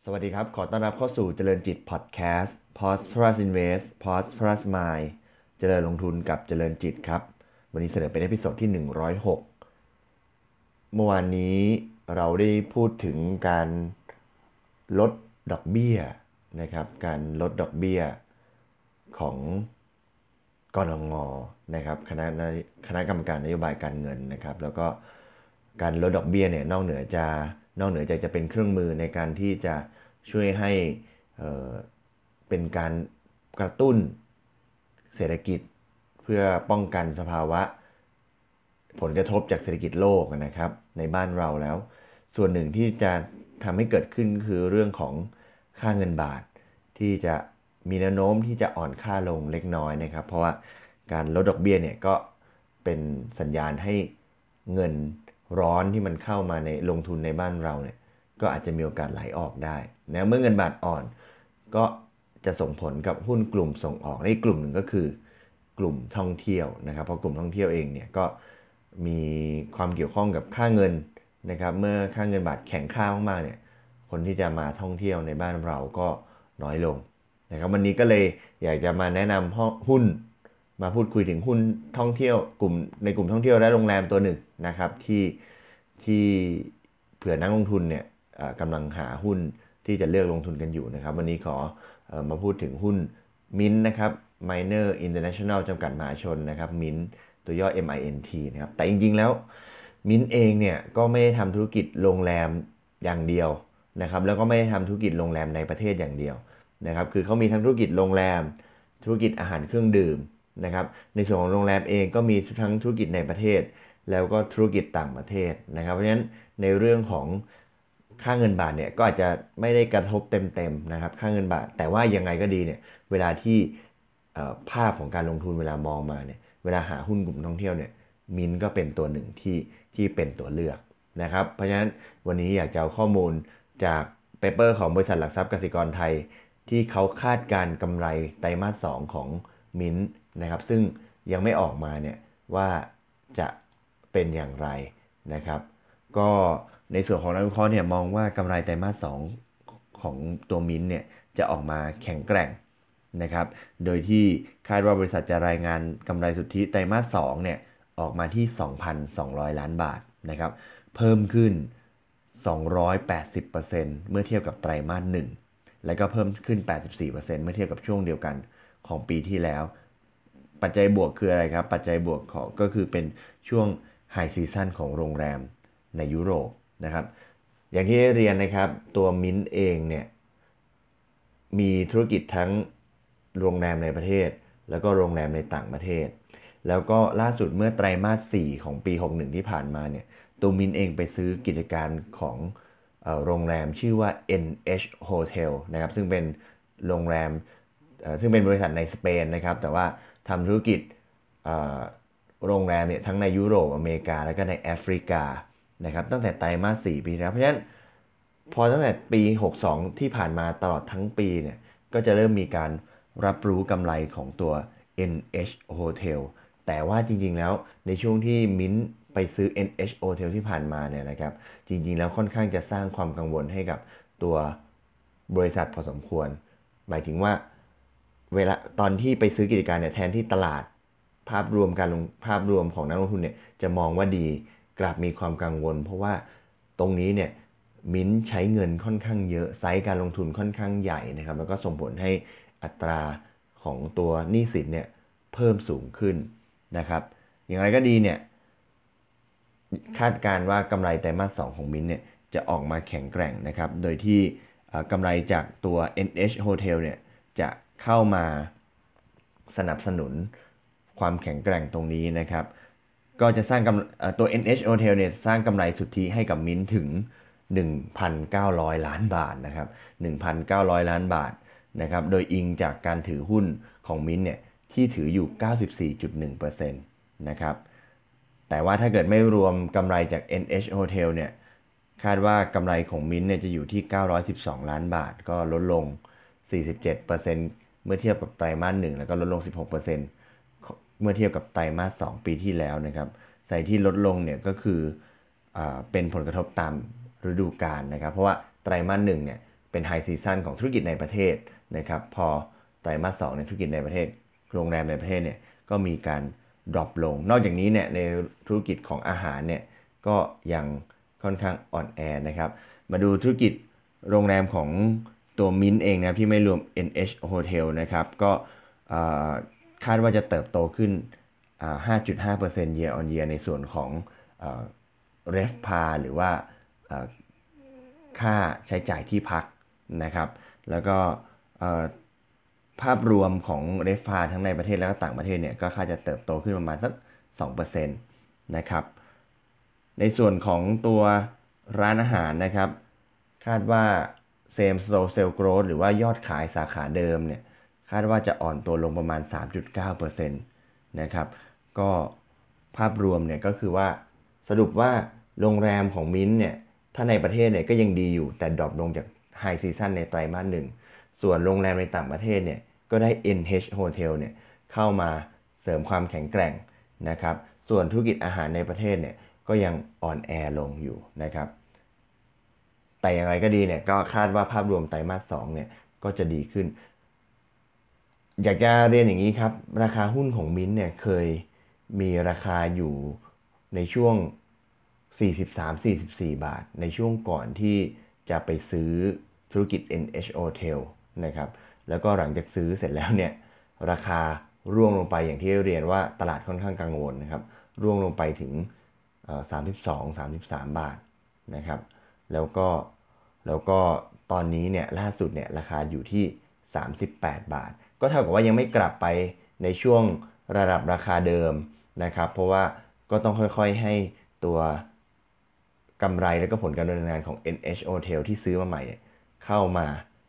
สวัสดีครับ ขอต้อนรับเข้าสู่เจริญจิตพอดแคสต์ Pause Plus Invest Pause Plus Mind เจริญลงทุนกับเจริญจิตครับ วันนี้เสนอเป็นเอพิโซดที่106เมื่อวานนี้เราได้พูดถึงการลดดอกเบี้ยนะครับการลดดอกเบี้ยของกนงนะครับคณะกรรมการนโยบายการเงินนะครับแล้วก็การลดดอกเบี้ยเนี่ยนอกเหนือจากจะเป็นเครื่องมือในการที่จะช่วยให้เอ่อเป็นการกระตุ้นเศรษฐกิจเพื่อป้องกันสภาวะผลกระทบจากเศรษฐกิจโลกนะครับในบ้านเราแล้วส่วนหนึ่งที่จะทำให้เกิดขึ้นคือเรื่องของค่าเงินบาทที่จะมีแนวโน้มที่จะอ่อนค่าลงเล็กน้อยนะครับเพราะว่าการลดดอกเบี้ยเนี่ยก็เป็นสัญญาณให้เงินร้อนที่มันเข้ามาในลงทุนในบ้านเราเนี่ยก็อาจจะมีโอกาสไหลออกได้นะเมื่อเงินบาทอ่อนก็จะส่งผลกับหุ้นกลุ่มส่งออกและอีกกลุ่มหนึ่งก็คือกลุ่มท่องเที่ยวนะครับเพราะกลุ่มท่องเที่ยวเองเนี่ยก็มีความเกี่ยวข้องกับค่าเงินนะครับเมื่อค่าเงินบาทแข็งค่ามากๆเนี่ยคนที่จะมาท่องเที่ยวในบ้านเราก็น้อยลงนะครับวันนี้ก็เลยอยากจะมาแนะนำหุ้นมาพูดคุยถึงหุ้นท่องเที่ยวกลุ่มท่องเที่ยวและโรงแรมตัวหนึ่งนะครับที่เผื่อนักลงทุนเนี่ยกำลังหาหุ้นที่จะเลือกลงทุนกันอยู่นะครับวันนี้ขอมาพูดถึงหุ้นมิ้นนะครับ Miner International จำกัดมหาชนนะครับมิ้นตัวย่อ MINT นะครับแต่จริงๆแล้วมิ้นเองเนี่ยก็ไม่ได้ทำธุรกิจโรงแรมอย่างเดียวนะครับแล้วก็ไม่ได้ทำธุรกิจโรงแรมในประเทศอย่างเดียวนะครับคือเขามีทั้งธุรกิจโรงแรมธุรกิจอาหารเครื่องดื่มนะครับในส่วนของโรงแรมเองก็มีทั้งธุรกิจในประเทศแล้วก็ธุรกิจต่างประเทศนะครับเพราะฉะนั้นในเรื่องของค่าเงินบาทเนี่ยก็อาจจะไม่ได้กระทบเต็มๆนะครับค่าเงินบาทแต่ว่ายังไงก็ดีเนี่ยเวลาที่ภาพของการลงทุนเวลามองมาเนี่ยเวลาหาหุ้นกลุ่มท่องเที่ยวเนี่ยมินก็เป็นตัวหนึ่งที่เป็นตัวเลือกนะครับเพราะฉะนั้นวันนี้อยากจะเอาข้อมูลจากเปเปอร์ของบริษัทหลักทรัพย์กสิกรไทยที่เขาคาดการกำไรไตรมาส2ของมินนะครับซึ่งยังไม่ออกมาเนี่ยว่าจะเป็นอย่างไรนะครับก็ในส่วนของนักวิเคราะห์เนี่ยมองว่ากำไรไตรมาส2ของตัวมินเนี่ยจะออกมาแข็งแกร่งนะครับโดยที่คาดว่าบริษัทจะรายงานกำไรสุทธิไตรมาส2เนี่ยออกมาที่ 2,200 ล้านบาทนะครับเพิ่มขึ้น 280%เมื่อเทียบกับไตรมาส1และก็เพิ่มขึ้น 84%เมื่อเทียบกับช่วงเดียวกันของปีที่แล้วปัจจัยบวกคืออะไรครับปัจจัยบวกของก็คือเป็นช่วงไฮซีซั่นของโรงแรมในยุโรปนะครับอย่างที่ได้เรียนนะครับตัวมิ้นเองเนี่ยมีธุรกิจทั้งโรงแรมในประเทศแล้วก็โรงแรมในต่างประเทศแล้วก็ล่าสุดเมื่อไตรมาส4ของปี61ที่ผ่านมาเนี่ยตัวมินเองไปซื้อกิจการของโรงแรมชื่อว่า NH Hotel นะครับซึ่งเป็นโรงแรมซึ่งเป็นบริษัทในสเปนนะครับแต่ว่าทำธุรกิจโรงแรมเนี่ยทั้งในยุโรปอเมริกาแล้วก็ในแอฟริกานะครับตั้งแต่ไตรมาส4ปีที่แล้วเพราะฉะนั้นพอตั้งแต่ปี62ที่ผ่านมาตลอดทั้งปีเนี่ยก็จะเริ่มมีการรับรู้กำไรของตัว NH Hotel แต่ว่าจริงๆแล้วในช่วงที่มิ้นไปซื้อ NH Hotel ที่ผ่านมาเนี่ยนะครับจริงๆแล้วค่อนข้างจะสร้างความกังวลให้กับตัวบริษัทพอสมควรหมายถึงว่าเวลาตอนที่ไปซื้อกิจการเนี่ยแทนที่ตลาดภาพรวมของนักลงทุนเนี่ยจะมองว่าดีกลับมีความกังวลเพราะว่าตรงนี้เนี่ยมิ้นใช้เงินค่อนข้างเยอะไซส์การลงทุนค่อนข้างใหญ่นะครับแล้วก็ส่งผลให้อัตราของตัวหนี้สินเนี่ยเพิ่มสูงขึ้นนะครับอย่างไรก็ดีเนี่ยคาดการณ์ว่ากำไรไตรมาส2ของมิ้นเนี่ยจะออกมาแข็งแกร่งนะครับโดยที่กำไรจากตัว NH Hotel เนี่ยจะเข้ามาสนับสนุนความแข็งแกร่งตรงนี้นะครับก็จะสร้างตัว NH Hotel เนี่ยสร้างกำไรสุทธิให้กับมิ้นถึง 1,900 ล้านบาทนะครับ 1,900 ล้านบาทนะครับโดยอิงจากการถือหุ้นของมิ้นเนี่ยที่ถืออยู่ 94.1%นะครับแต่ว่าถ้าเกิดไม่รวมกำไรจาก NH Hotel เนี่ยคาดว่ากำไรของมิ้นเนี่ยจะอยู่ที่ 912 ล้านบาทก็ลดลง 47%เมื่อเทียบกับไตรมาส1แล้วก็ลดลง 16%เมื่อเทียบกับไตรมาส2ปีที่แล้วนะครับสาเหตุที่ลดลงเนี่ยก็คือเป็นผลกระทบตามฤดูกาลนะครับเพราะว่าไตรมาส1เนี่ยเป็นไฮซีซั่นของธุรกิจในประเทศนะครับพอไตรมาส 2ในธุรกิจในประเทศโรงแรมในประเทศเนี่ยก็มีการดรอปลงนอกจากนี้เนี่ยในธุรกิจของอาหารเนี่ยก็ยังค่อนข้างอ่อนแอนะครับมาดูธุรกิจโรงแรมของตัวมิ้นเองนะครับที่ไม่รวม NH Hotel นะครับก็คาดว่าจะเติบโตขึ้น5.5% year on year ในส่วนของRevPAR หรือว่าค่าใช้จ่ายที่พักนะครับแล้วก็ภาพรวมของ RevPAR ทั้งในประเทศและก็ต่างประเทศเนี่ยก็คาดจะเติบโตขึ้นประมาณสัก 2% นะครับในส่วนของตัวร้านอาหารนะครับคาดว่า Same Store Sales Growth หรือว่ายอดขายสาขาเดิมเนี่ยคาดว่าจะอ่อนตัวลงประมาณ 3.9% นะครับก็ภาพรวมเนี่ยก็คือว่าสรุปว่าโรงแรมของมิ้นเนี่ยถ้าในประเทศเนี่ยก็ยังดีอยู่แต่ดรอปลงจากไฮซีซั่นในไตรมาส 1ส่วนโรงแรมในต่างประเทศเนี่ยก็ได้ NH Hotel เนี่ยเข้ามาเสริมความแข็งแกร่งนะครับส่วนธุรกิจอาหารในประเทศเนี่ยก็ยังอ่อนแอลงอยู่นะครับแต่อย่างไรก็ดีเนี่ยก็คาดว่าภาพรวมไตรมาส 2เนี่ยก็จะดีขึ้นอยากจะเรียนอย่างนี้ครับราคาหุ้นของมิ้นเนี่ยเคยมีราคาอยู่ในช่วง43-44 บาทในช่วงก่อนที่จะไปซื้อธุรกิจ NH Hotel นะครับแล้วก็หลังจากซื้อเสร็จแล้วเนี่ยราคาร่วงลงไปอย่างที่เรียนว่าตลาดค่อนข้างกังวลนะครับร่วงลงไปถึง32-33 บาทนะครับแล้วก็ตอนนี้เนี่ยล่าสุดเนี่ยราคาอยู่ที่38 บาทก็เท่ากับว่ายังไม่กลับไปในช่วงระดับราคาเดิมนะครับเพราะว่าก็ต้องค่อยๆให้ตัวกำไรและก็ผลการดำเนินงานของ NH Hotel ที่ซื้อมาใหม่เข้ามา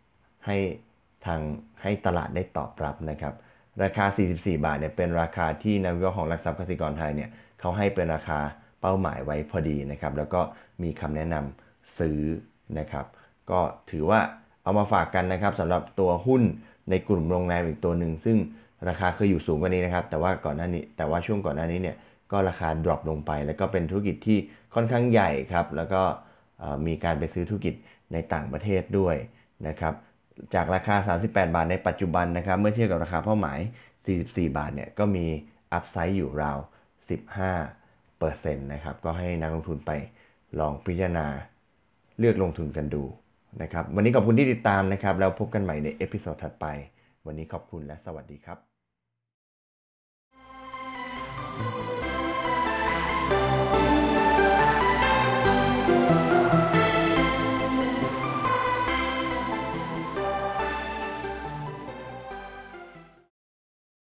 ให้ตลาดได้ตอบรับนะครับราคา44 บาทเนี่ยเป็นราคาที่นักวิเคราะห์ของหลักทรัพย์กสิกรไทยเนี่ยเขาให้เป็นราคาเป้าหมายไว้พอดีนะครับแล้วก็มีคำแนะนำซื้อนะครับก็ถือว่าเอามาฝากกันนะครับสำหรับตัวหุ้นในกลุ่มโรงแรมอีกตัวหนึ่งซึ่งราคาเคยอยู่สูงกว่านี้นะครับแต่ว่าช่วงก่อนหน้านี้เนี่ยก็ราคาดรอปลงไปแล้วก็เป็นธุรกิจที่ค่อนข้างใหญ่ครับแล้วก็มีการไปซื้อธุรกิจในต่างประเทศด้วยนะครับจากราคา38 บาทในปัจจุบันนะครับเมื่อเทียบกับราคาเป้าหมาย44 บาทเนี่ยก็มีอัพไซด์อยู่ราว 15% นะครับก็ให้นักลงทุนไปลองพิจารณาเลือกลงทุนกันดูนะครับวันนี้ขอบคุณที่ติดตามนะครับแล้วพบกันใหม่ในเอพิโซดถัดไปวันนี้ขอบคุณและสวัสดีครับ